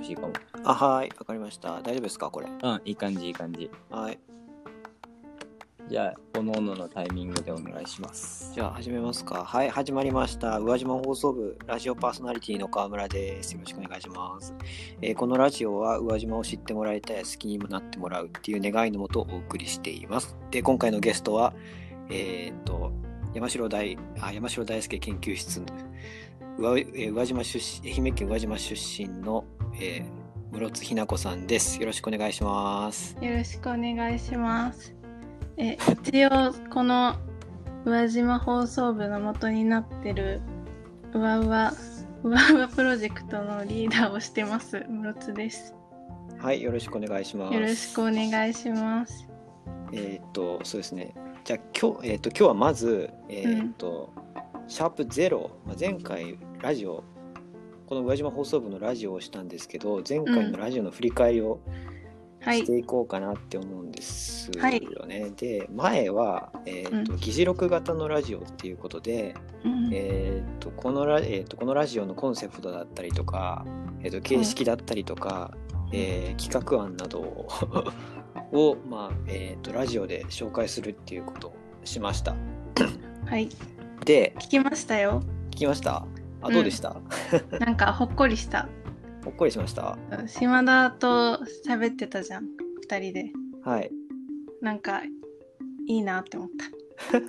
ほしいかも。 はい、わかりました。大丈夫ですかこれ。 いい感じいい感じ。 はい。 じゃあ各々のタイミングでお願いします。 じゃあ始めますか。はい、始まりました。宇和島放送部ラジオパーソナリティの川村です。よろしくお願いします。このラジオは宇和島を知ってもらいたい、好きにもなってもらうっていう願いのもとお送りしています。で、今回のゲストは山城大輔研究室宇和島出身、愛媛県宇和島出身の、室津ひな子さんです。よろしくお願いします。 よろしくお願いします。一応この宇和島放送部の元になってるうわうわプロジェクトのリーダーをしてます室津です。 はい、よろしくお願いします。 よろしくお願いします。 そうですね。じゃあ今日はまずシャープ0、前回ラジオ、この宇和島放送部のラジオをしたんですけど、前回のラジオの振り返りをしていこうかなって思うんですよね。はい、で、前は、議事録型のラジオっていうことで、このラジオのコンセプトだったりとか、形式だったりとか、企画案などをラジオで紹介するっていうことをしました。 はい。 で、 聞きましたよ。 聞きました。どうでした？ なんかほっこりした。 ほっこりしました。 島田と喋ってたじゃん、2人で。 はい。 なんかいいなって思った。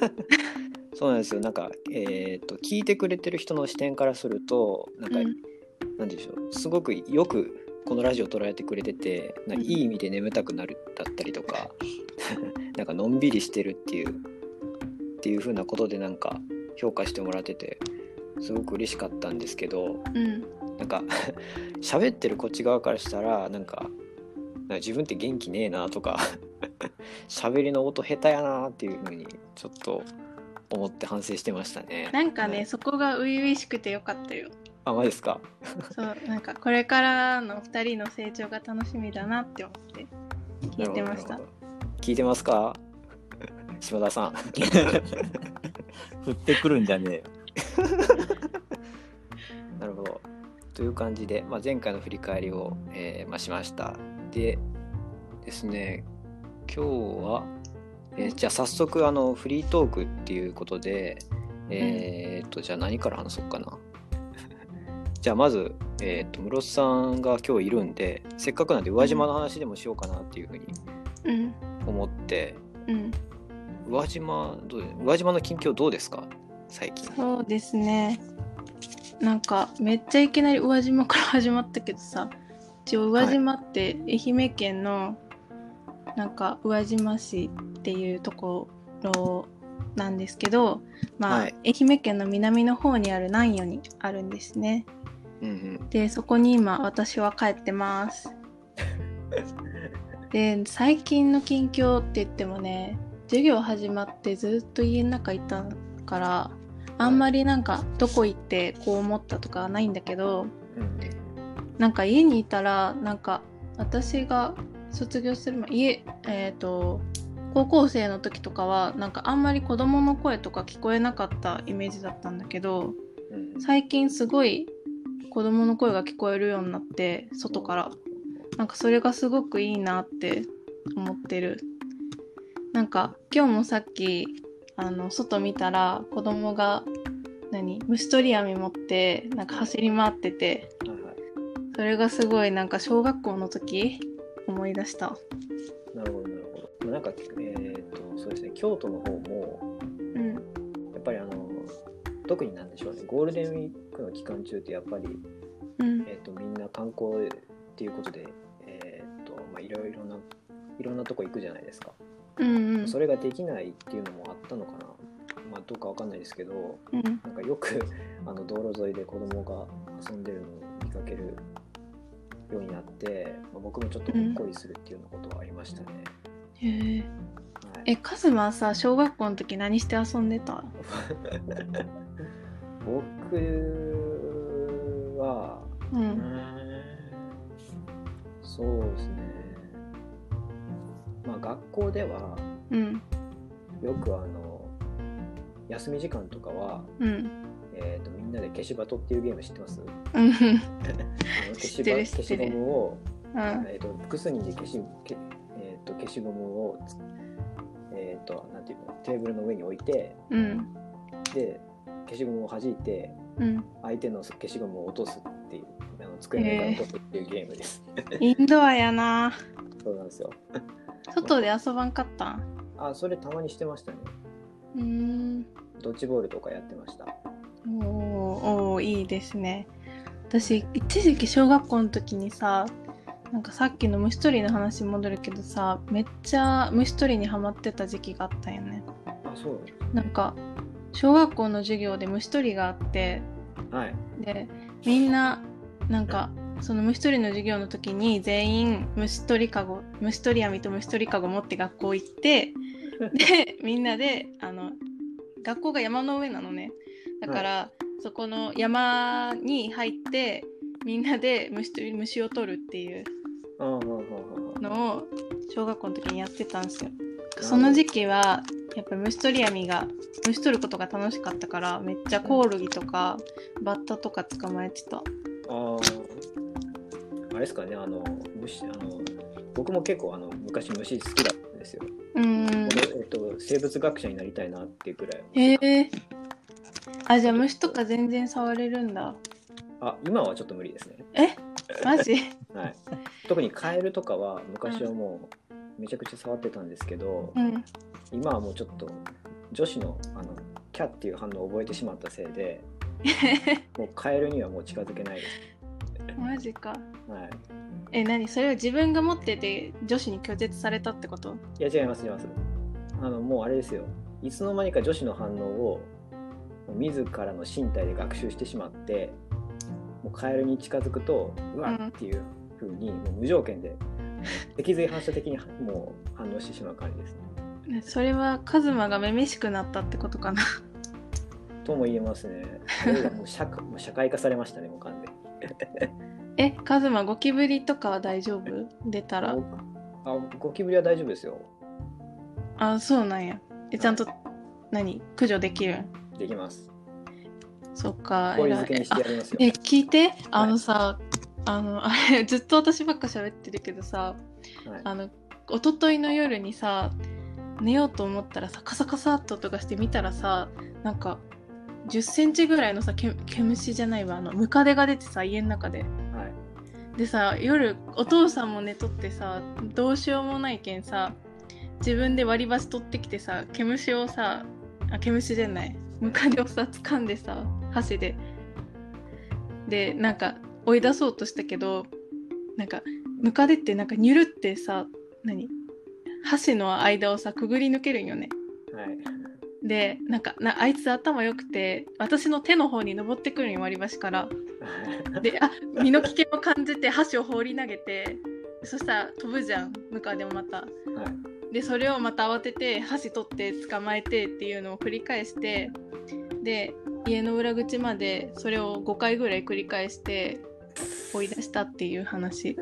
そうなんですよ。なんか聞いてくれてる人の視点からすると、なんでしょう。すごくよくこのラジオ捉えてくれてて、いい意味で眠たくなるだったりとか、なんかのんびりしてるっていう風なことでなんか評価してもらってて、すごく嬉しかったんですけど、なんか喋ってるこっち側からしたらなんか自分って元気ねえなとか喋りの音下手やなっていう風にちょっと思って反省してましたね。 なんかね、はい、そこが初々しくてよかったよ。 マジですか？ そう、なんかこれからの2人の成長が楽しみだなって思って聞いてました。 聞いてますか？島田さん振ってくるんじゃねえよ。 なるほど。という感じで、前回の振り返りを、しました。でですね、今日は、じゃあ早速フリートークっていうことで、じゃあ何から話そうかな。じゃあまず、室津さんが今日いるんで、せっかくなんで宇和島の話でもしようかなっていうふうに思って、宇和島の近況どうですか最近？ そうですね、なんかめっちゃいきなり宇和島から始まったけどさ、一応宇和島って愛媛県のなんか宇和島市っていうところなんですけど、愛媛県の南の方にある南予にあるんですね。でそこに今私は帰ってます。で最近の近況って言ってもね、授業始まってずっと家の中いたからあんまりなんかどこ行ってこう思ったとかはないんだけど、なんか家にいたらなんか私が卒業する前、高校生の時とかはなんかあんまり子供の声とか聞こえなかったイメージだったんだけど、最近すごい子供の声が聞こえるようになって、外からなんかそれがすごくいいなって思ってる。なんか今日もさっき外見たら子供が虫取り網持ってなんか走り回ってて、それがすごいなんか小学校の時思い出した。 なるほどなるほど。なんかそうですね、京都の方も、やっぱり特になんでしょうね、ゴールデンウィークの期間中ってやっぱり、みんな観光っていうことでいろんなとこ行くじゃないですか。それができないっていうのもあったのかな。どうかわかんないですけど、なんかよく道路沿いで子供が遊んでるのを見かけるようになって、僕もちょっとほっこりするっていうようなことはありましたね。 へえ。カズマさ、小学校の時何して遊んでた？ 僕は、そうですね。学校では、よく休み時間とかは、みんんなで消しバトっていうゲーム知ってます？ うん消しゴムを、複数人で消しゴムをなんていうの、テーブルの上に置いて、で消しゴムを弾いて、相手の消しゴムを落とすっていう、机の上から落とすっていうゲームです。 インドアやな。 そうなんですよ。 外で遊ばんかったん？ それたまにしてましたね。ドッジボールとかやってました。 おー、いいですね。私一時期小学校の時にさ、なんかさっきの虫取りの話戻るけどさ、めっちゃ虫取りにハマってた時期があったよね。 そうなんか小学校の授業で虫取りがあって、でみんななんかその虫取りの授業の時に全員虫取り網と虫取りかご持って学校行ってでみんなで学校が山の上なのね。だから、そこの山に入ってみんなで虫を取るっていうのを小学校の時にやってたんですよ。その時期はやっぱ虫取ることが楽しかったから、めっちゃコオロギとかバッタとか捕まえてた。 あれですかね、僕も結構昔虫好きだったんですよ。生物学者になりたいなっていうくらい。 じゃあ虫とか全然触れるんだ。 今はちょっと無理ですね。 マジ？ はい。特にカエルとかは昔はもうめちゃくちゃ触ってたんですけど、今はもうちょっと女子のキャっていう反応を覚えてしまったせいでもうカエルにはもう近づけないです。 マジか。何それを自分が持ってて女子に拒絶されたってこと？ いや違います。もうあれですよ、いつの間にか女子の反応を自らの身体で学習してしまって、もうカエルに近づくとうわっっていう風にもう無条件で脊髄反射的にもう反応してしまう感じですね。 それはカズマがめめしくなったってことかなとも言えますね。もう社会化されましたね、もう完全に。 カズマゴキブリとかは大丈夫？出たら。 ゴキブリは大丈夫ですよ。 そうなんや。ちゃんと駆除できる？できます。 そっか。 氷漬けにしてやりますよ。 聞いて、さ、あれずっと私ばっか喋ってるけどさ、一昨日の夜にさ、寝ようと思ったらさ、カサカサっと音がして見たらさ、なんか10センチぐらいのさ、毛虫じゃないわ、ムカデが出てさ、家の中で。でさ、夜お父さんも寝とってさ、どうしようもないけんさ、自分で割り箸取ってきてさ、毛虫をさ、毛虫じゃない、ムカデをさ掴んでさ、箸でなんか追い出そうとしたけど、なんかムカデってなんかニュルってさ、箸の間をさくぐり抜けるんよね。であいつ頭良くて私の手の方に登ってくるんよ、割り箸からで身の危険を感じて箸を放り投げて、そしたら飛ぶじゃん、ムカデもまた、でそれをまた慌てて箸取って捕まえてっていうのを繰り返して、で家の裏口までそれを5回ぐらい繰り返して追い出したっていう話。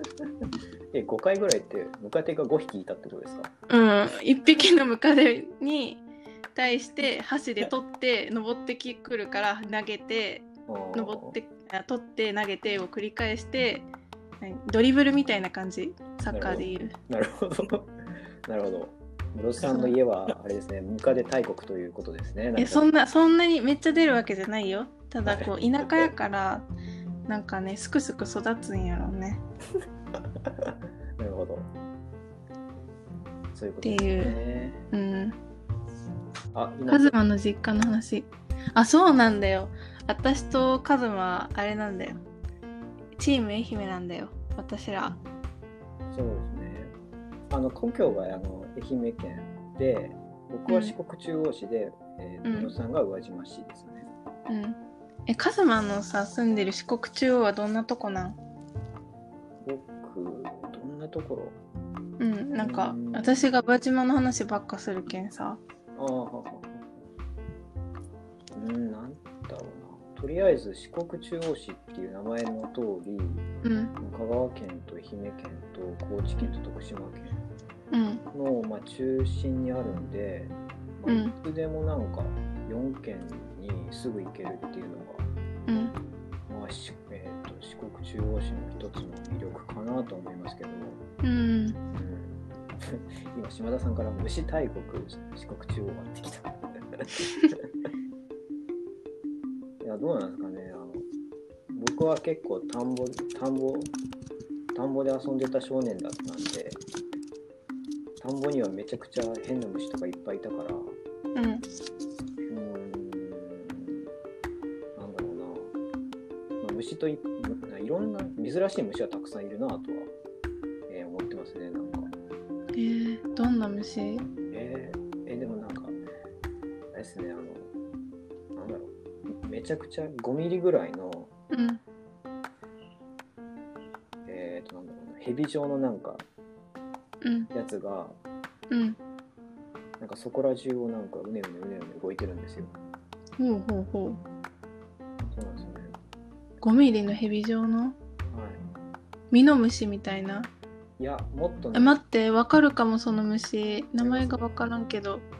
5回ぐらいってムカデが5匹いたってことですか？ 1匹のムカデに対して箸で取って登ってくるから投げて、取って投げてを繰り返して、ドリブルみたいな感じ、サッカーでいう。なるほどなるほど。室津さんの家はあれですね、ムカデ大国ということですね。 そんなにめっちゃ出るわけじゃないよ。ただこう田舎やからなんかね、すくすく育つんやろうね。 なるほど。そういうことですね。 っていう。カズマの実家の話。そうなんだよ。私とカズマあれなんだよ。チーム愛媛なんだよ、私ら。 そうですね。故郷が愛媛県で、僕は四国中央市で、室津さんが宇和島市ですね。 カズマのさ、住んでる四国中央はどんなとこなん？ 僕、どんなところ？ なんか私が宇和島の話ばっかするけんさ。 なんだろうな。とりあえず四国中央市っていう名前の通り、香川県と愛媛県と高知県と徳島県の、中心にあるんで、いつでもなんか4県にすぐ行けるっていうのが四国中央市の一つの魅力かなと思いますけども、今島田さんから虫大国四国中央がってきたいやどうなんですかね、僕は結構田んぼで遊んでた少年だったんで、田んぼにはめちゃくちゃ変な虫とかいっぱいいたから、なんだろうな、虫といろんな珍しい虫はたくさんいるなとは、思ってますね。なんかどんな虫？ でもなんかあれですね、なんだろう、めちゃくちゃ5ミリぐらいの、なんだろうな、蛇状のなんか、やつが、なんかそこら中をなんかうねうね動いてるんですよ。 ほう。 そうなんですよね。 5ミリの蛇状の？はい。ミノムシみたいな？ いや、もっとね。 待って、わかるかもその虫。名前がわからんけど。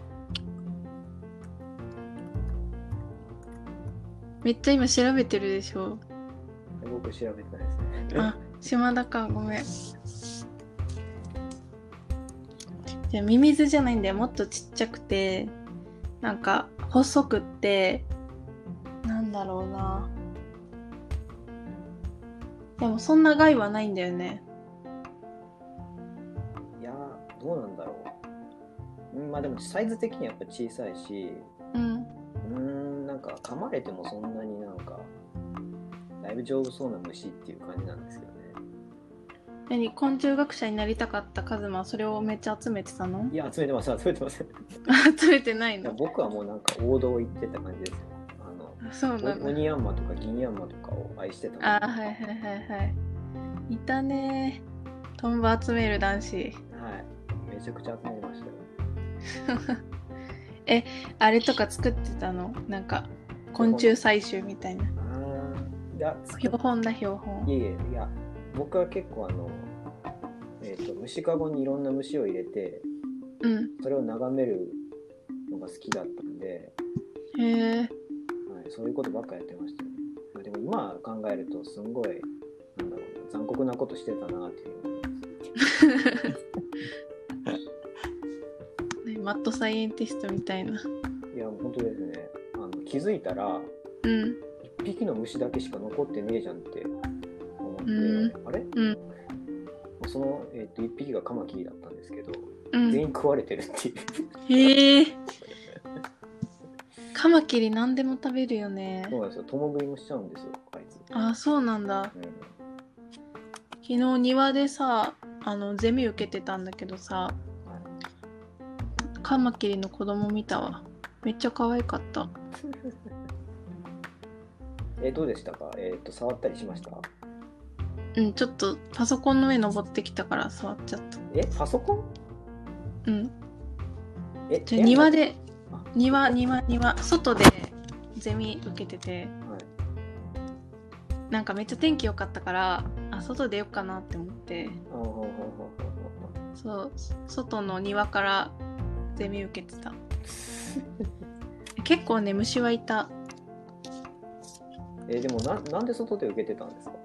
めっちゃ今調べてるでしょ。 僕調べてないですね。 あ、島田か、ごめん。じゃあミミズじゃないんだよ。もっとちっちゃくて、なんか細くって、なんだろうな。でもそんな害はないんだよね。 いやー、どうなんだろう。まあでもサイズ的にやっぱ小さいし、なんか噛まれてもそんなになんかだいぶ丈夫そうな虫っていう感じなんですけどね。 昆虫学者になりたかったカズマはそれをめっちゃ集めてたの？ いや、集めてません。集めてないの？ 僕はもうなんか王道を行ってた感じですよ。 そうなんだ。 オニヤンマとかギンヤンマとかを愛してた。 はいいたね、トンボ集める男子。はい、 めちゃくちゃ集めましたよ。 あれとか作ってたの？なんか昆虫採集みたいな。 いや、 標本だ、標本。 いや、僕は結構虫かごにいろんな虫を入れて、それを眺めるのが好きだったんで、そういうことばっかやってましたね。でも今考えるとすんごいなんだろうな、残酷なことしてたなっていう思います。マッドサイエンティストみたいな。 いや本当ですね。気づいたら、一匹の虫だけしか残ってねえじゃんって思って、あれ？その、一匹がカマキリだったんですけど、全員食われてるっていう。 カマキリ何でも食べるよね。 そうなんですよ。共食いもしちゃうんですよ、あいつ。 あ、そうなんだ。昨日庭でさ、ゼミ受けてたんだけどさ、カマキリの子供見たわ。めっちゃ可愛かった。 どうでしたか？触ったりしました？ ちょっとパソコンの上登ってきたから触っちゃった。 パソコン？ じゃあ庭で、庭、外でゼミ受けてて、なんかめっちゃ天気良かったから、外でよっかなって思って、そう、外の庭からゼミ受けてた。結構ね、虫はいた。 でもなんで外で受けてたんですか？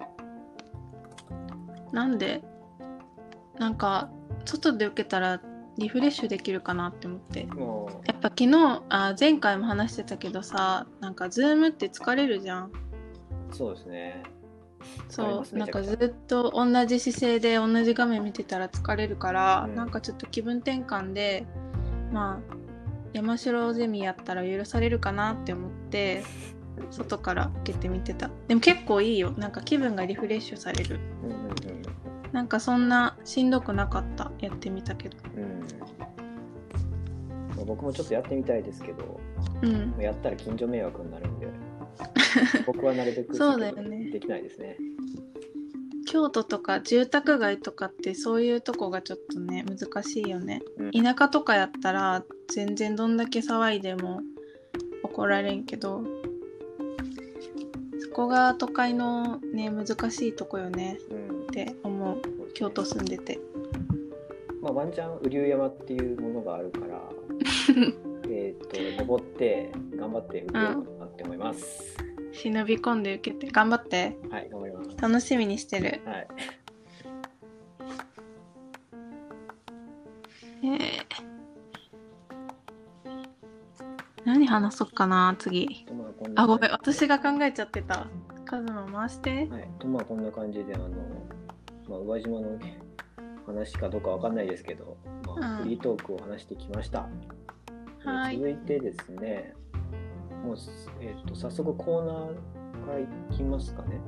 なんで？なんか外で受けたらリフレッシュできるかなって思って。やっぱ昨日前回も話してたけどさ、なんかズームって疲れるじゃん。 そうですね。 そうなんかずっと同じ姿勢で同じ画面見てたら疲れるから、なんかちょっと気分転換で山城ゼミやったら許されるかなって思って外から受けてみてた。でも結構いいよ。なんか気分がリフレッシュされる。なんかそんなしんどくなかった。やってみたけど。 僕もちょっとやってみたいですけど、やったら近所迷惑になるんで僕はなるべくそうだよね。 できないですね。 京都とか住宅街とかってそういうとこがちょっとね難しいよね。田舎とかやったら全然どんだけ騒いでも怒られんけど、そこが都会のね難しいとこよね、って思う。京都住んでて。 ワンチャン雨竜山っていうものがあるから登って頑張って受けようかなって思います。 忍び込んで受けて頑張って。 はい、頑張ります。 楽しみにしてる。 はい。 何話そうかな次。あ、ごめん、私が考えちゃってた。カズマ回して。 はい。とまあこんな感じで宇和島の話かどうかわかんないですけど、フリートークを話してきました。はい。続いてですね、もう早速コーナーからいきますかね。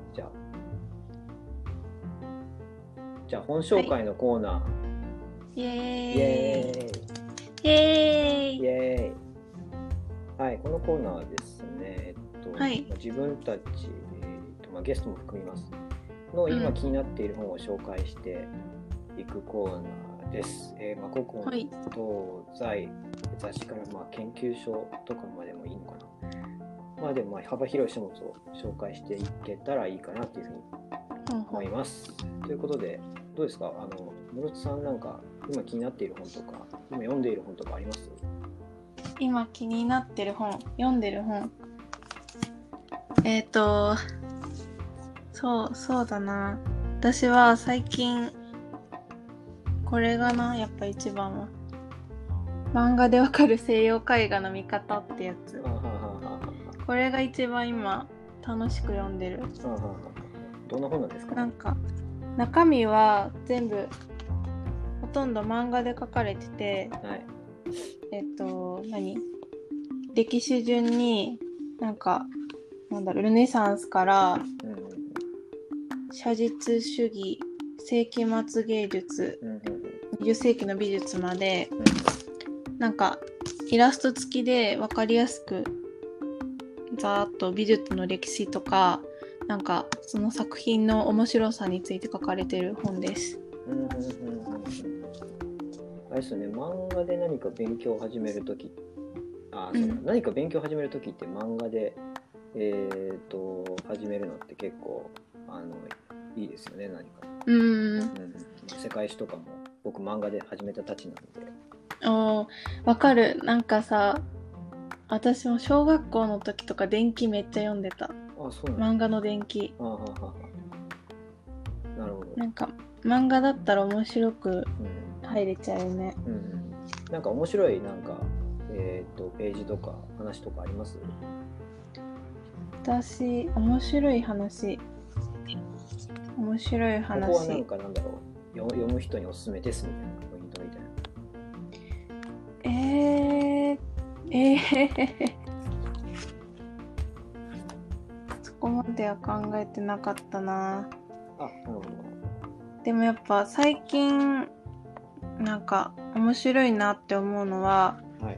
じゃあ本紹介のコーナー。はい、イエーイ。イエーイ。イエーイ。イエーイ。はい、このコーナーはですね、はい、自分たち、ゲストも含みますの今気になっている本を紹介していくコーナーです。古今東西、雑誌から研究所とかまでもいいのかな。でも幅広い書物を紹介していけたらいいかなというふうに思います。ということで、どうですか、室津さん、なんか今気になっている本とか、今読んでいる本とかあります？ 今気になってる本、読んでる本。そうだな。私は最近、これがな、やっぱ一番は。漫画でわかる西洋絵画の見方ってやつ。これが一番今、楽しく読んでる。 どんな本なんですか？ なんか、中身は全部、ほとんど漫画で書かれてて、はい、歴史順にルネサンスから写実主義、世紀末芸術、20世紀の美術までイラスト付きで分かりやすくざーっと美術の歴史とかその作品の面白さについて書かれている本です。 あれですよね、漫画で何か勉強を始めるとき、何か勉強を始めるときって漫画で、始めるのって結構いいですよね、何か。世界史とかも僕漫画で始めたたちなんで。わかる。私も小学校の時とか伝記めっちゃ読んでた。漫画の伝記。なるほど。漫画だったら面白く入れちゃうよね。 面白いページとか話とかあります？ 私、面白い話。ここは読む人におすすめですみたいなポイントみたいな。 そこまでは考えてなかったな。 なるほど。 でもやっぱ最近面白いなって思うのは、はい、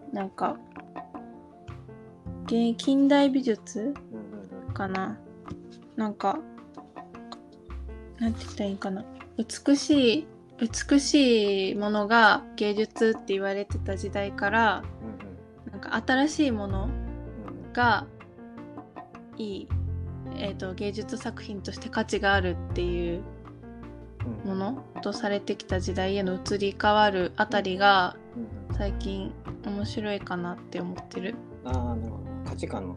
近代美術かな。なんて言ったらいいかな。美しいものが芸術って言われてた時代から、新しいものがいい、芸術作品として価値があるっていうものとされてきた時代への移り変わるあたりが最近面白いかなって思ってる。 なるほど。価値観の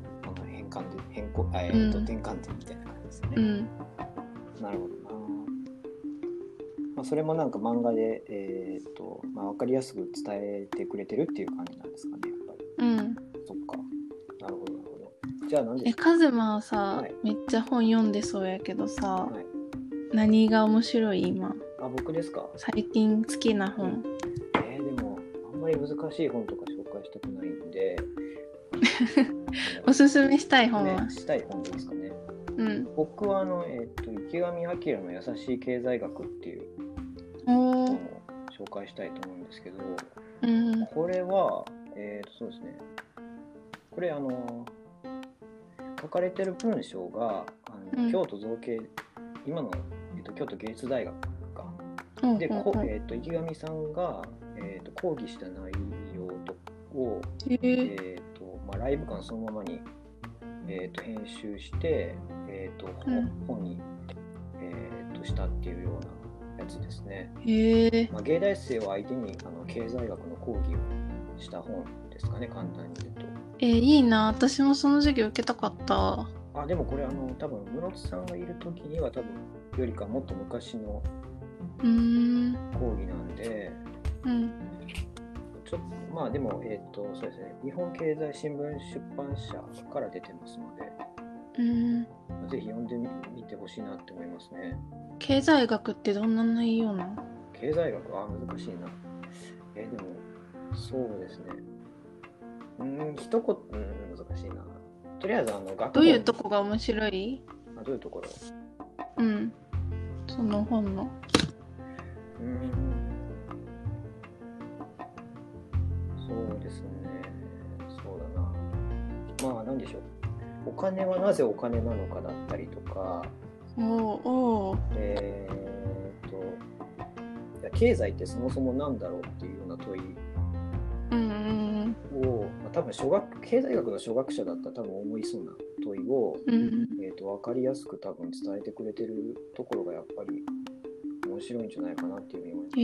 転換点みたいな感じですね。なるほどな。それも漫画で分かりやすく伝えてくれてるっていう感じなんですかね、やっぱり。そっか。なるほど。じゃあ何ですか？ カズマはさ、めっちゃ本読んでそうやけどさ、何が面白い今？ 僕ですか？ 最近好きな本。 でもあんまり難しい本とか紹介したくないんでおすすめしたい本は？ したい本でいいですかね。僕は池上彰の優しい経済学っていう本を紹介したいと思うんですけど、これはそうですね。これ書かれてる文章が京都造形、今の、京都芸術大学か、で、池上さんが、講義した内容を、ライブ感そのままに、編集して、本に、したっていうようなやつですね。芸大生を相手に経済学の講義をした本ですかね、簡単に言うと。 いいな。私もその授業受けたかった。 あ、でもこれ多分室津さんがいる時には多分よりかもっと昔の講義なんで、ちょっとまあでもそうですね、日本経済新聞出版社から出てますので、ぜひ読んでみてほしいなって思いますね。 経済学ってどんな内容なの？ 経済学は難しいな。でもそうですね。一言、難しいな。とりあえず学問。 どういうとこが面白い？ どういうところ？ その本の。 そうですね。そうだな。まあ何でしょう。お金はなぜお金なのかだったりとか。経済ってそもそもなんだろうっていうような問いを、多分経済学の初学者だったら多分思いそうな問いを、分かりやすく多分伝えてくれてるところがやっぱり面白いんじゃないかなっていうふうに思います。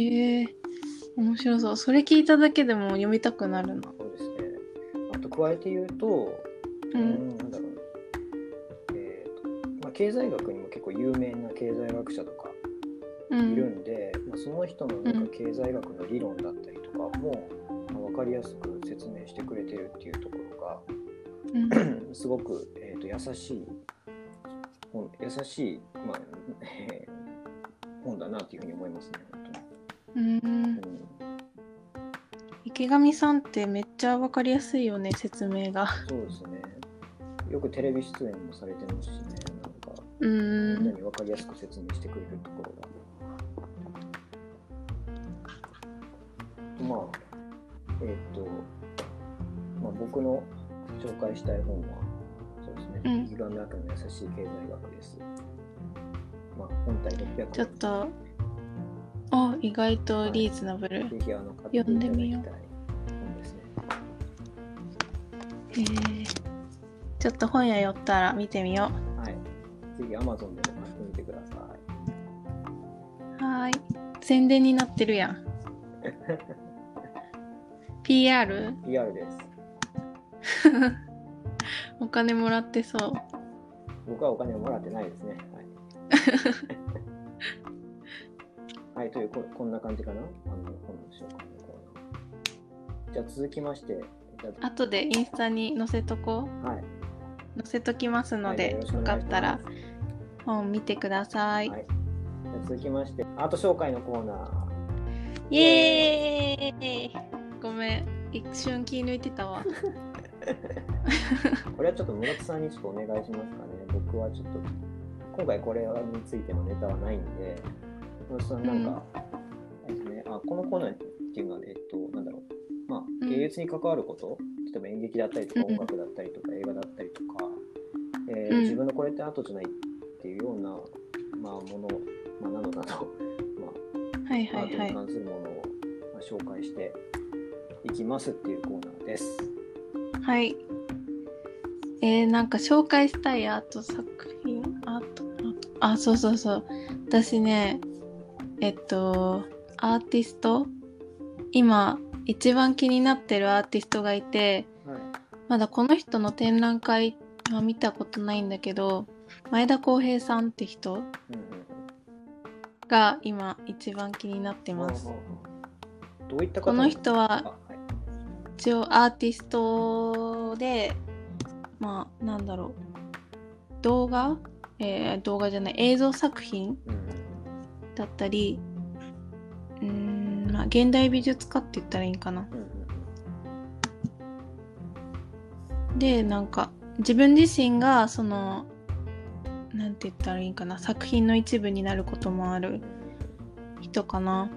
面白そう。それ聞いただけでも読みたくなるな。 そうですね。あと加えて言うと、なんだろう。経済学にも結構有名な経済学者とかいるんで、その人のなんか経済学の理論だったりとかも、分かりやすく説明してくれてるっていうところが、すごく、優しい、本だなっていうふうに思いますね。本当に。 池上さんってめっちゃ分かりやすいよね、説明が。 そうですね。よくテレビ出演もされてますしね。みんなに分かりやすく説明してくれるところが。僕の紹介したい本は、そうですね、池上彰の優しい経済学です。本体600円。 ちょっと、意外とリーズナブル。 ぜひ読んでみよう。本ですね。 ちょっと本屋寄ったら見てみよう。はい。ぜひ Amazon でも買ってみてください。はい。宣伝になってるやん。PR？ PR です。 お金もらってそう。 僕はお金をもらってないですね。はい。というこんな感じかな。本の紹介のコーナー。じゃあ続きまして。 後でインスタに載せとこう。 はい。 載せときますので、よかったら本見てください。 はい。じゃあ続きましてアート紹介のコーナー。 イエーイ。ごめん、一瞬気抜いてたわ。 これはちょっと室津さんにちょっとお願いしますかね。僕はちょっと今回これについてのネタはないんで、室津さんなんか、このコーナーっていうのはなんだろう、芸術に関わること、例えば演劇だったりとか音楽だったりとか映画だったりとか、自分のこれってアートじゃないっていうようなもの、などなど、アートに関するものを紹介していきますっていうコーナーです。 はい。なんか紹介したいアート作品、そうそうそう。私ね、アーティスト、今一番気になってるアーティストがいて、まだこの人の展覧会は見たことないんだけど、前田浩平さんって人が今一番気になってます。 どういった方？ この人は一応アーティストで、なんだろう、動画じゃない、映像作品だったり、現代美術家って言ったらいいんかな。で、なんか自分自身がそのなんて言ったらいいんかな、作品の一部になることもある人かな。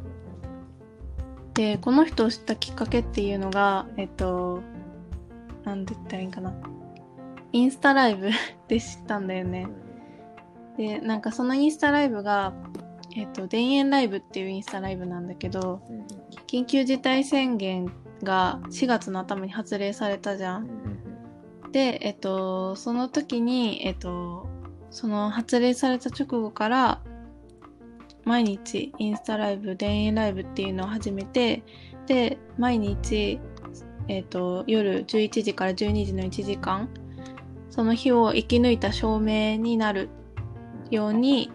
で、この人を知ったきっかけっていうのがなんて言ったらいいんかな、インスタライブで知ったんだよね。で、なんかそのインスタライブが田園ライブっていうインスタライブなんだけど、緊急事態宣言が4月の頭に発令されたじゃん。で、その時にその発令された直後から毎日インスタライブ、田園ライブっていうのを始めて、で毎日夜11時から12時の1時間、その日を生き抜いた証明になるように、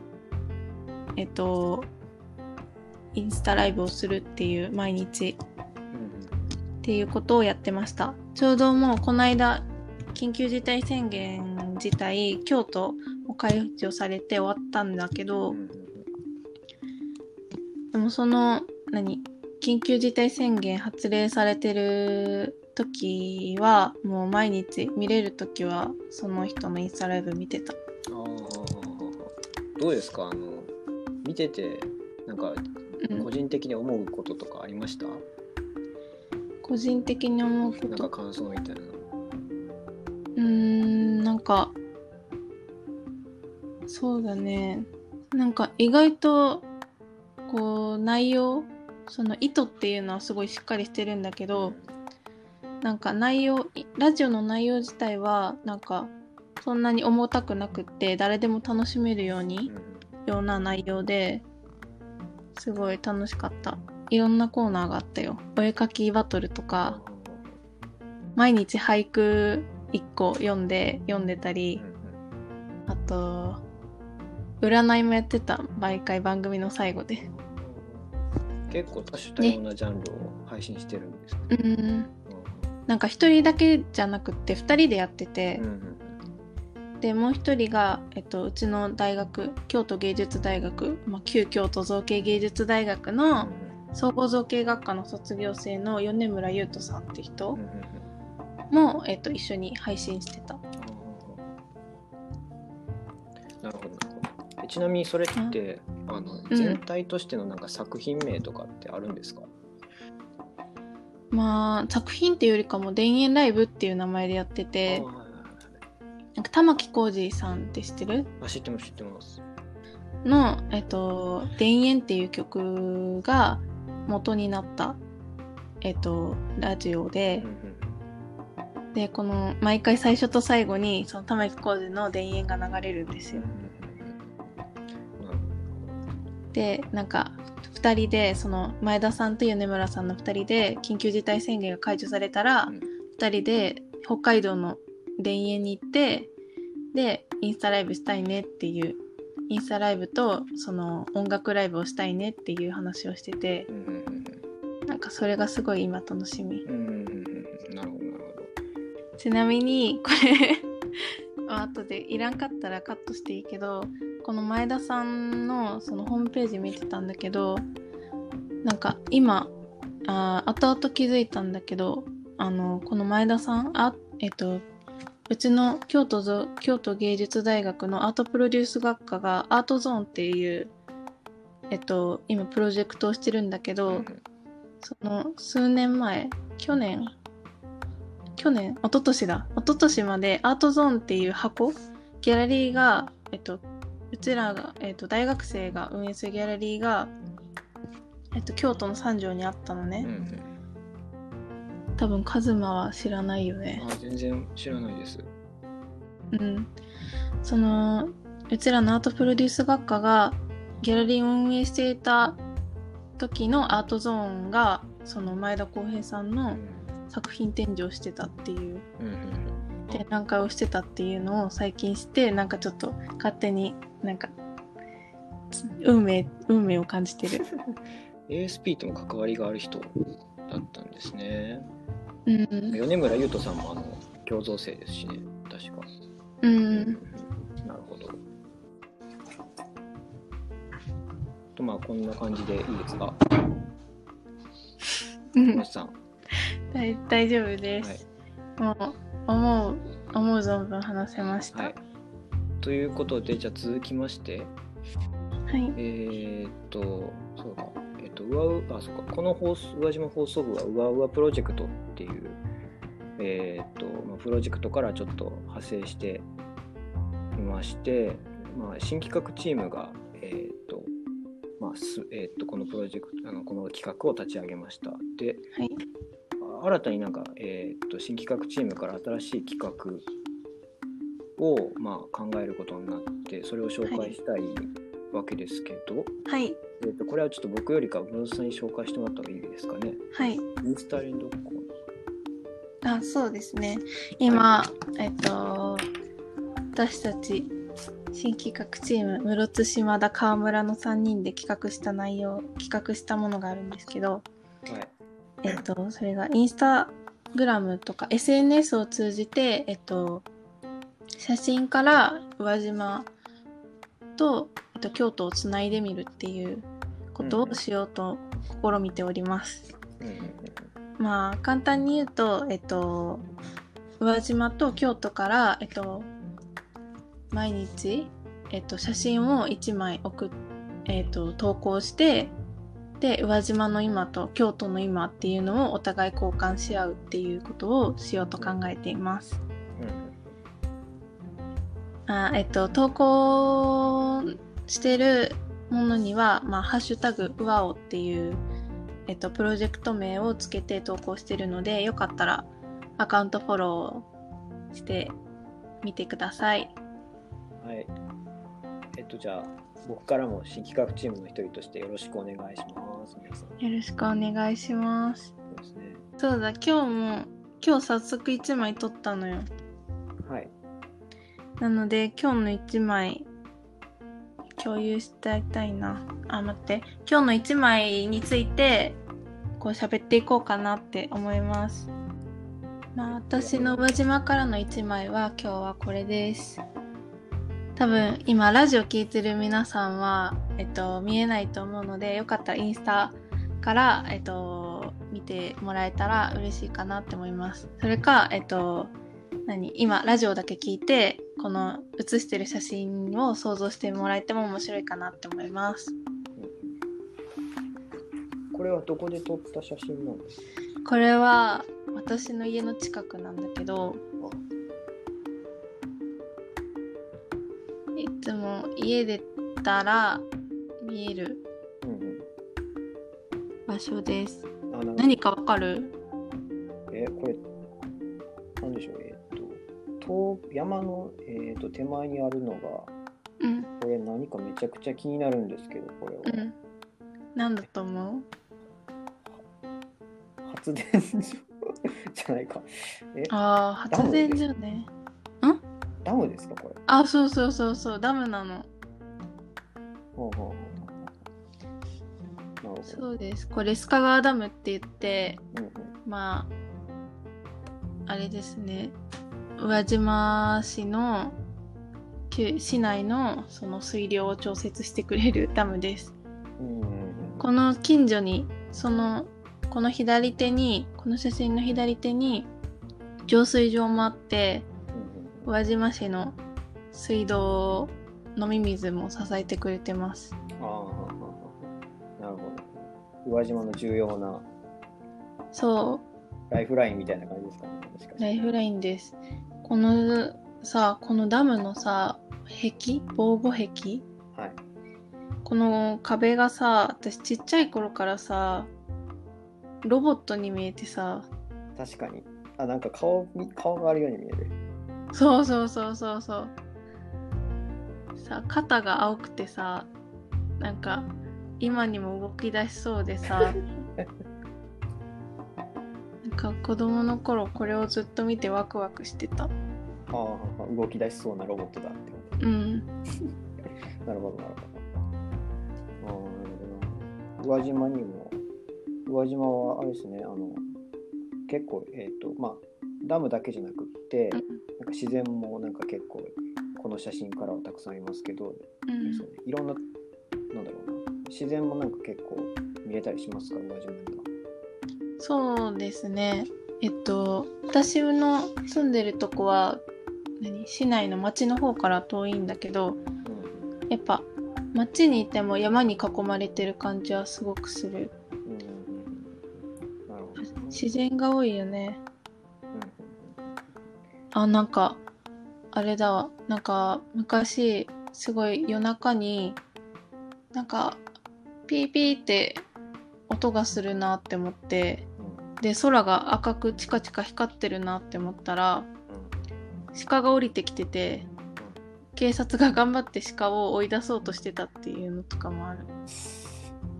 インスタライブをするっていう、毎日っていうことをやってました。ちょうどもうこの間緊急事態宣言自体京都も解除されて終わったんだけど、でもその緊急事態宣言発令されてる時はもう毎日見れる時はその人のインスタライブ見てた。 どうですか、見ててなんか個人的に思うこととかありました？ 個人的に思うこと、 なんか感想みたいな。 なんかそうだね、なんか意外とこう内容、その意図っていうのはすごいしっかりしてるんだけど、なんか内容、ラジオの内容自体はなんかそんなに重たくなくって誰でも楽しめるような内容ですごい楽しかった。いろんなコーナーがあったよ。お絵描きバトルとか、毎日俳句1個読んでたり、あと占いもやってた、毎回番組の最後で。 結構多種多様なジャンルを配信してるんですね。 なんか一人だけじゃなくって2人でやってて、でもう一人が、うちの大学、京都芸術大学、旧京都造形芸術大学の総合造形学科の卒業生の米村優斗さんって人も、一緒に配信してた。 なるほど。ちなみにそれって全体としてのなんか作品名とかってあるんですか？ 作品っていうよりかも田園ライブっていう名前でやってて、なんか玉置浩二さんって知ってる？ 知ってますの田園っていう曲が元になったラジオで、でこの毎回最初と最後にその玉置浩二の田園が流れるんですよ。でなんか2人で、その前田さんと米村さんの2人で緊急事態宣言が解除されたら、2人で北海道の田園に行って、でインスタライブしたいねっていう、インスタライブとその音楽ライブをしたいねっていう話をしてて、なんかそれがすごい今楽しみ。 なるほど。 ちなみにこれ後でいらんかったらカットしていいけど、この前田さんのそのホームページ見てたんだけど、なんか今後々気づいたんだけど、この前田さんうちの京都芸術大学のアートプロデュース学科がアートゾーンっていう今プロジェクトをしてるんだけど、その数年前、一昨年までアートゾーンっていう箱、ギャラリーがうちらが、大学生が運営するギャラリーが、京都の三条にあったのね。多分カズマは知らないよね。 全然知らないです。 そのうちらのアートプロデュース学科がギャラリーを運営していた時のアートゾーンが、その前田浩平さんの作品展示をしてたっていう、展覧会をしてたっていうのを最近知って、なんかちょっと勝手になんか運命を感じてる。 ASP とも関わりがある人だったんですね。米村優斗さんも共造生ですしね、確か。なるほど。こんな感じでいいですか？皆さん。 大丈夫です。もう思う存分話せました。 ということで、じゃあ続きまして、そうか。この宇和島放送部はうわうわプロジェクトっていう、プロジェクトからちょっと派生していまして、新企画チームが、このプロジェクト、この企画を立ち上げました。で、新たになんか、新企画チームから新しい企画を、考えることになって、それを紹介したいわけですけど、これはちょっと僕よりか室田さんに紹介してもらった方がいいですかね。 はい。 インスタ連動コーナー。 あ、そうですね。今、私たち新企画チーム、室津島田川村の3人で企画したものがあるんですけど、 はい、 それがインスタグラムとか SNS を通じて、写真から宇和島と、京都をつないでみるっていうことをしようと試みております。まあ簡単に言うと、宇和島と京都から、毎日、写真を1枚投稿して、で宇和島の今と京都の今っていうのをお互い交換し合うっていうことをしようと考えています。投稿してるものには、ハッシュタグうわおっていう、プロジェクト名をつけて投稿してるので、よかったらアカウントフォローしてみてください。 はい。じゃあ僕からも新企画チームの一人としてよろしくお願いします。皆さん。 よろしくお願いします。 そうですね。 そうだ、今日早速1枚撮ったのよ。 はい。 なので今日の1枚共有してやりたいな。待って。今日の1枚についてこう喋っていこうかなって思います。私の宇和島からの1枚は今日はこれです。多分今ラジオ聞いてる皆さんは、見えないと思うので、よかったらインスタから、見てもらえたら嬉しいかなって思います。それか、今ラジオだけ聞いてこの写してる写真を想像してもらえても面白いかなって思います。 これはどこで撮った写真なんですか？ これは私の家の近くなんだけど、いつも家出たら見える場所です。何かわかる？ これなんでしょう。山の、手前にあるのが、これ何かめちゃくちゃ気になるんですけど、これは。 何だと思う？ 発電所じゃないか。 発電所ね。 ダムですかこれ？ そう、ダムなの。そうです。これ須賀川ダムって言って、あれですね。宇和島市の市内のその水量を調節してくれるダムです。この近所にこの左手に、この写真の左手に浄水場もあって、宇和島市の水道飲み水も支えてくれてます。 なるほど。宇和島の重要なライフラインみたいな感じですかね。 ライフラインです。このダムの防護壁、この壁が私ちっちゃい頃からロボットに見えて確かに。なんか顔があるように見える。 そう肩が青くてなんか今にも動き出しそうでなんか子供の頃これをずっと見てワクワクしてた。 動き出しそうなロボットだってこと。なるほど。宇和島はあれですね、結構ダムだけじゃなくって、なんか自然もなんか結構この写真からはたくさんありますけど、いろんな自然もなんか結構見れたりしますか、宇和島には？ そうですね。私の住んでるとこは市内の町の方から遠いんだけど、やっぱ町にいても山に囲まれてる感じはすごくする。自然が多いよね。なんかあれだわ。なんか昔すごい夜中になんかピーピーって音がするなって思って、で空が赤くチカチカ光ってるなって思ったら、鹿が降りてきてて、警察が頑張って鹿を追い出そうとしてたっていうのとかもある。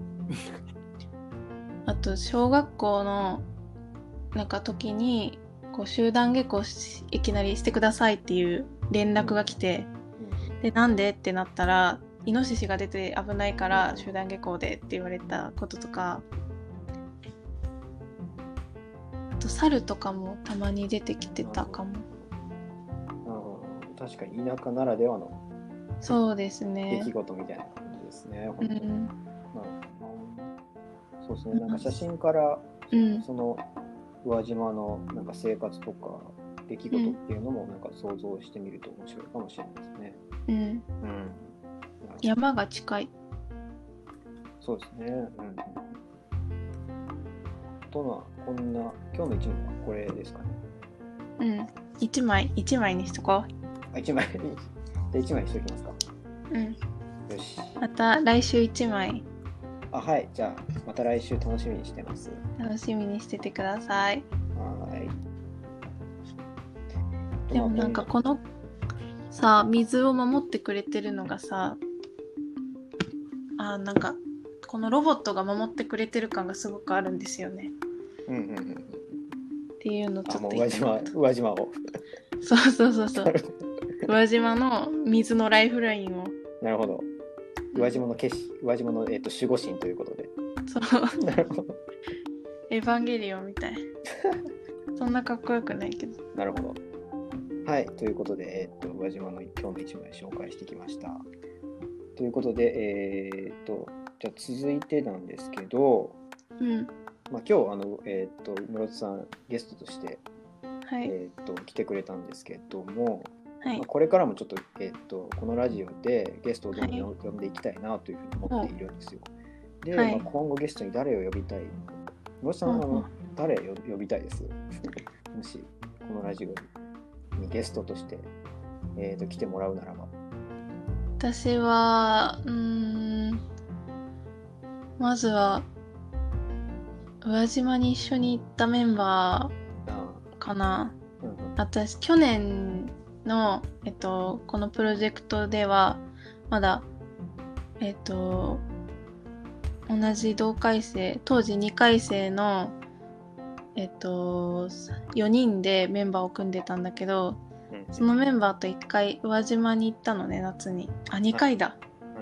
あと小学校の時にこう集団下校いきなりしてくださいっていう連絡が来て、でなんでってなったら、イノシシが出て危ないから集団下校でって言われたこととか、あと猿とかもたまに出てきてたかも。 確かに田舎ならではのそうですね。 出来事みたいな感じですね。本当に。そうですね。なんか写真から、その宇和島のなんか生活とか出来事っていうのもなんか想像してみると面白いかもしれないですね。 山が近い。 そうですね。こんな今日の一枚はこれですかね。 一枚にしとこう。一枚で一枚にしておきますか。よし。 また来週一枚。 はい。じゃあまた来週楽しみにしてます。 楽しみにしててください。 はい。 でもなんかこのさ、水を守ってくれてるのがさ、なんかこのロボットが守ってくれてる感がすごくあるんですよね。っていうのちょっと言ってみると。 宇和島を。 そう。宇和島の水のライフラインを。 なるほど。宇和島の守護神ということで。 そう。 なるほど。 エヴァンゲリオンみたい。そんなかっこよくないけど。 なるほど。はい。ということで、宇和島の今日の一枚紹介してきました。ということで、じゃあ続いてなんですけど、今日室津さんゲストとして、来てくれたんですけども、これからもちょっと、このラジオでゲストをどんどん呼んでいきたいなというふうに思っているんですよ。で、今後ゲストに誰を呼びたい？室津さん誰を呼びたいです？もしこのラジオにゲストとして、来てもらうならば。 私はまずは宇和島に一緒に行ったメンバーかな。私去年の、このプロジェクトではまだ同じ同回生、当時2回生の4人でメンバーを組んでたんだけど、そのメンバーと1回宇和島に行ったのね、夏に。2回だ。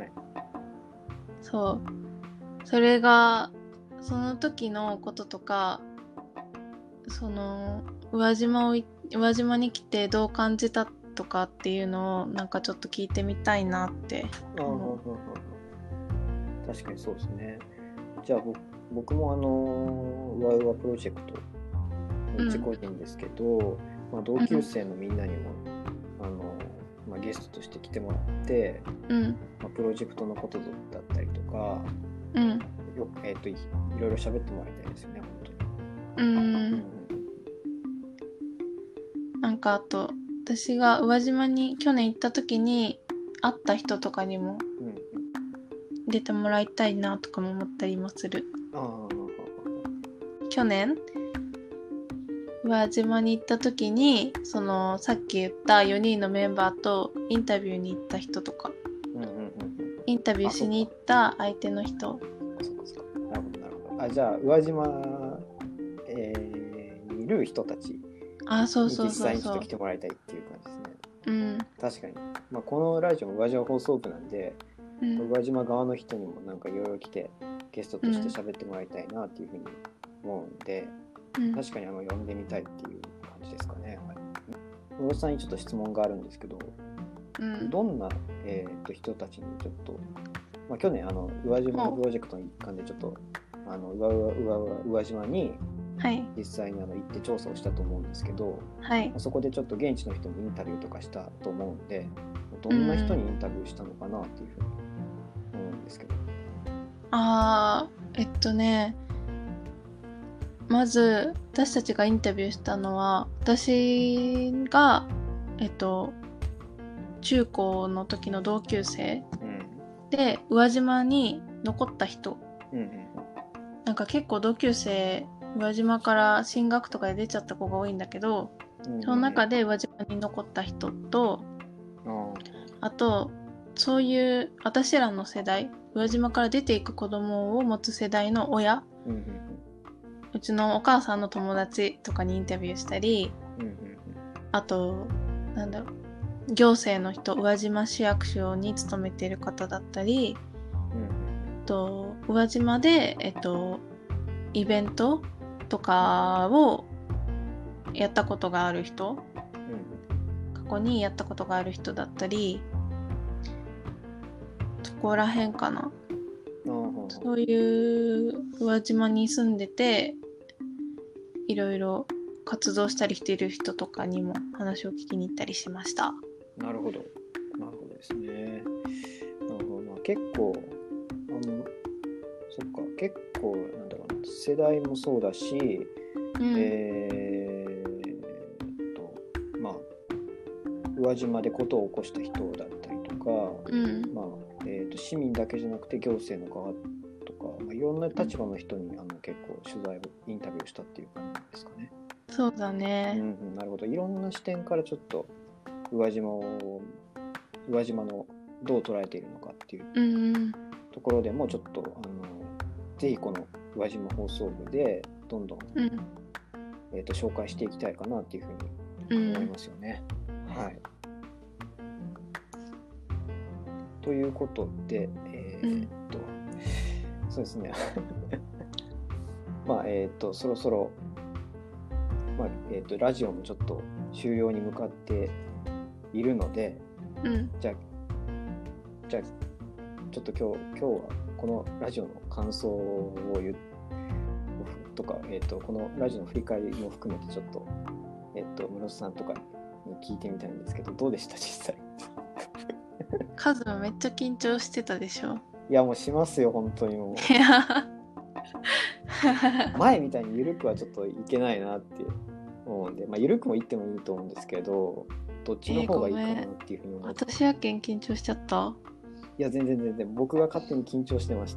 そう。それがその時のこととか、その宇和島に来てどう感じたとかっていうのをなんかちょっと聞いてみたいなって思う。 確かにそうですね。じゃあ僕もうわうわプロジェクト一個人ですけど、同級生のみんなにもゲストとして来てもらって、プロジェクトのことだったりとか、いろいろ喋ってもらいたいですよね、本当に。 なんかあと私が宇和島に去年行った時に会った人とかにも出てもらいたいなとかも思ったりもする。去年宇和島に行った時にそのさっき言った4人のメンバーとインタビューに行った人とか、インタビューしに行った相手の人。 なるほど。じゃあ宇和島、にいる人たちに実際に来てもらいたいっていう感じですね。確かに。このラジオも宇和島放送部なんで、宇和島側の人にもなんかいろいろ来てゲストとして喋ってもらいたいなっていうふうに思うんで、確かに呼んでみたいっていう感じですかね。室津さんにちょっと質問があるんですけど、どんな、人たちにちょっと、去年宇和島のプロジェクトの一環でちょっと宇和島に実際に行って調査をしたと思うんですけど、そこでちょっと現地の人にインタビューとかしたと思うんで、どんな人にインタビューしたのかなっていうふうに思うんですけど。 まず私たちがインタビューしたのは、私が中高の時の同級生、で宇和島に残った人、なんか結構同級生宇和島から進学とかで出ちゃった子が多いんだけど、その中で宇和島に残った人と、あとそういう私らの世代、宇和島から出ていく子供を持つ世代の親、うちのお母さんの友達とかにインタビューしたり、 うんうんあと行政の人、宇和島市役所に勤めている方だったり、宇和島で、イベントとかをやったことがある人、過去にやったことがある人だったり、そこら辺かな。そういう宇和島に住んでていろいろ活動したりしている人とかにも話を聞きに行ったりしました。 なるほどですね。なるほど。まあ、結構そっか、結構なんだろうな、世代もそうだし、まあ宇和島で事を起こした人だったりとか、まあ市民だけじゃなくて行政の側とか、まあ、いろんな立場の人に結構取材インタビューしたっていう感じですかね。 そうだね。 なるほど。いろんな視点からちょっと宇和島のどう捉えているのかっていうところでもちょっとぜひこの宇和島放送部でどんどん、紹介していきたいかなっていうふうに思いますよね。はい。ということで、そうですね。まあそろそろ、まあラジオもちょっと終了に向かっているので、じゃあちょっと今日はこのラジオの感想をとか、このラジオの振り返りも含めてちょっと室さんとかに聞いてみたいんですけど、どうでした実際？ カズもめっちゃ緊張してたでしょ。 いやもうしますよ本当にもう。前みたいに緩くはちょっといけないなって思うんで、まあ緩くも言ってもいいと思うんですけど、どっちの方がいいかなっていうふうに思って。 私やけん緊張しちゃった。 いや全然僕が勝手に緊張してました。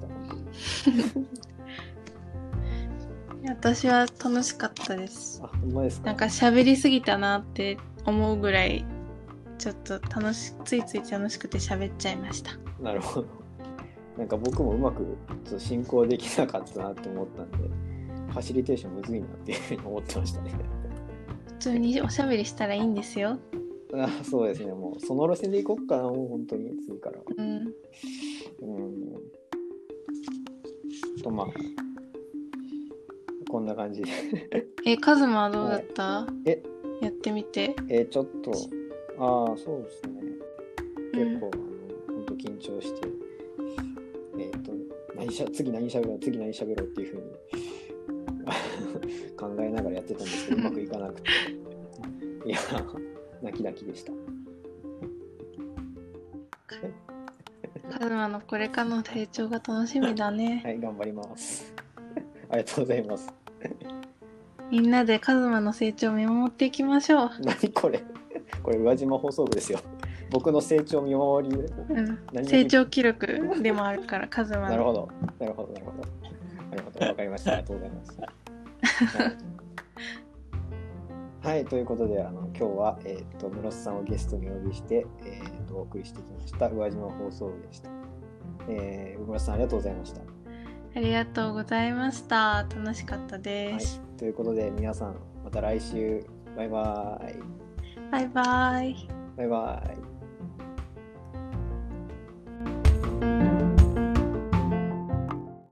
私は楽しかったです。 あ、ほんまですか？ なんか喋りすぎたなって思うぐらいちょっとついつい楽しくて喋っちゃいました。 なるほど。なんか僕もうまくちょっと進行できなかったなって思ったんで、ファシリテーションむずいなっていうふうに思ってましたね。 普通におしゃべりしたらいいんですよ。 そうですね。もうその路線でいこうかな、もう本当に次からは。とまあこんな感じで。 カズマはどうだった？やってみて。 ちょっとそうですね。結構本当緊張して、次何喋ろうっていうふうに考えながらやってたんですけど、うまくいかなくて、いや泣きでした。 カズマのこれからの成長が楽しみだね。 はい、頑張ります。ありがとうございます。 みんなでカズマの成長を見守っていきましょう。 何これ宇和島放送部ですよ。僕の成長見守り、 成長記録でもあるからカズマの。 なるほど。わかりました。ありがとうございます。はい、ということで今日は室さんをゲストにお呼びしてお送りしてきました宇和島放送部でした。室さんありがとうございました。 ありがとうございました。楽しかったです。 はい、ということで皆さんまた来週。バイバイ。 バイバイ。 バイバイ。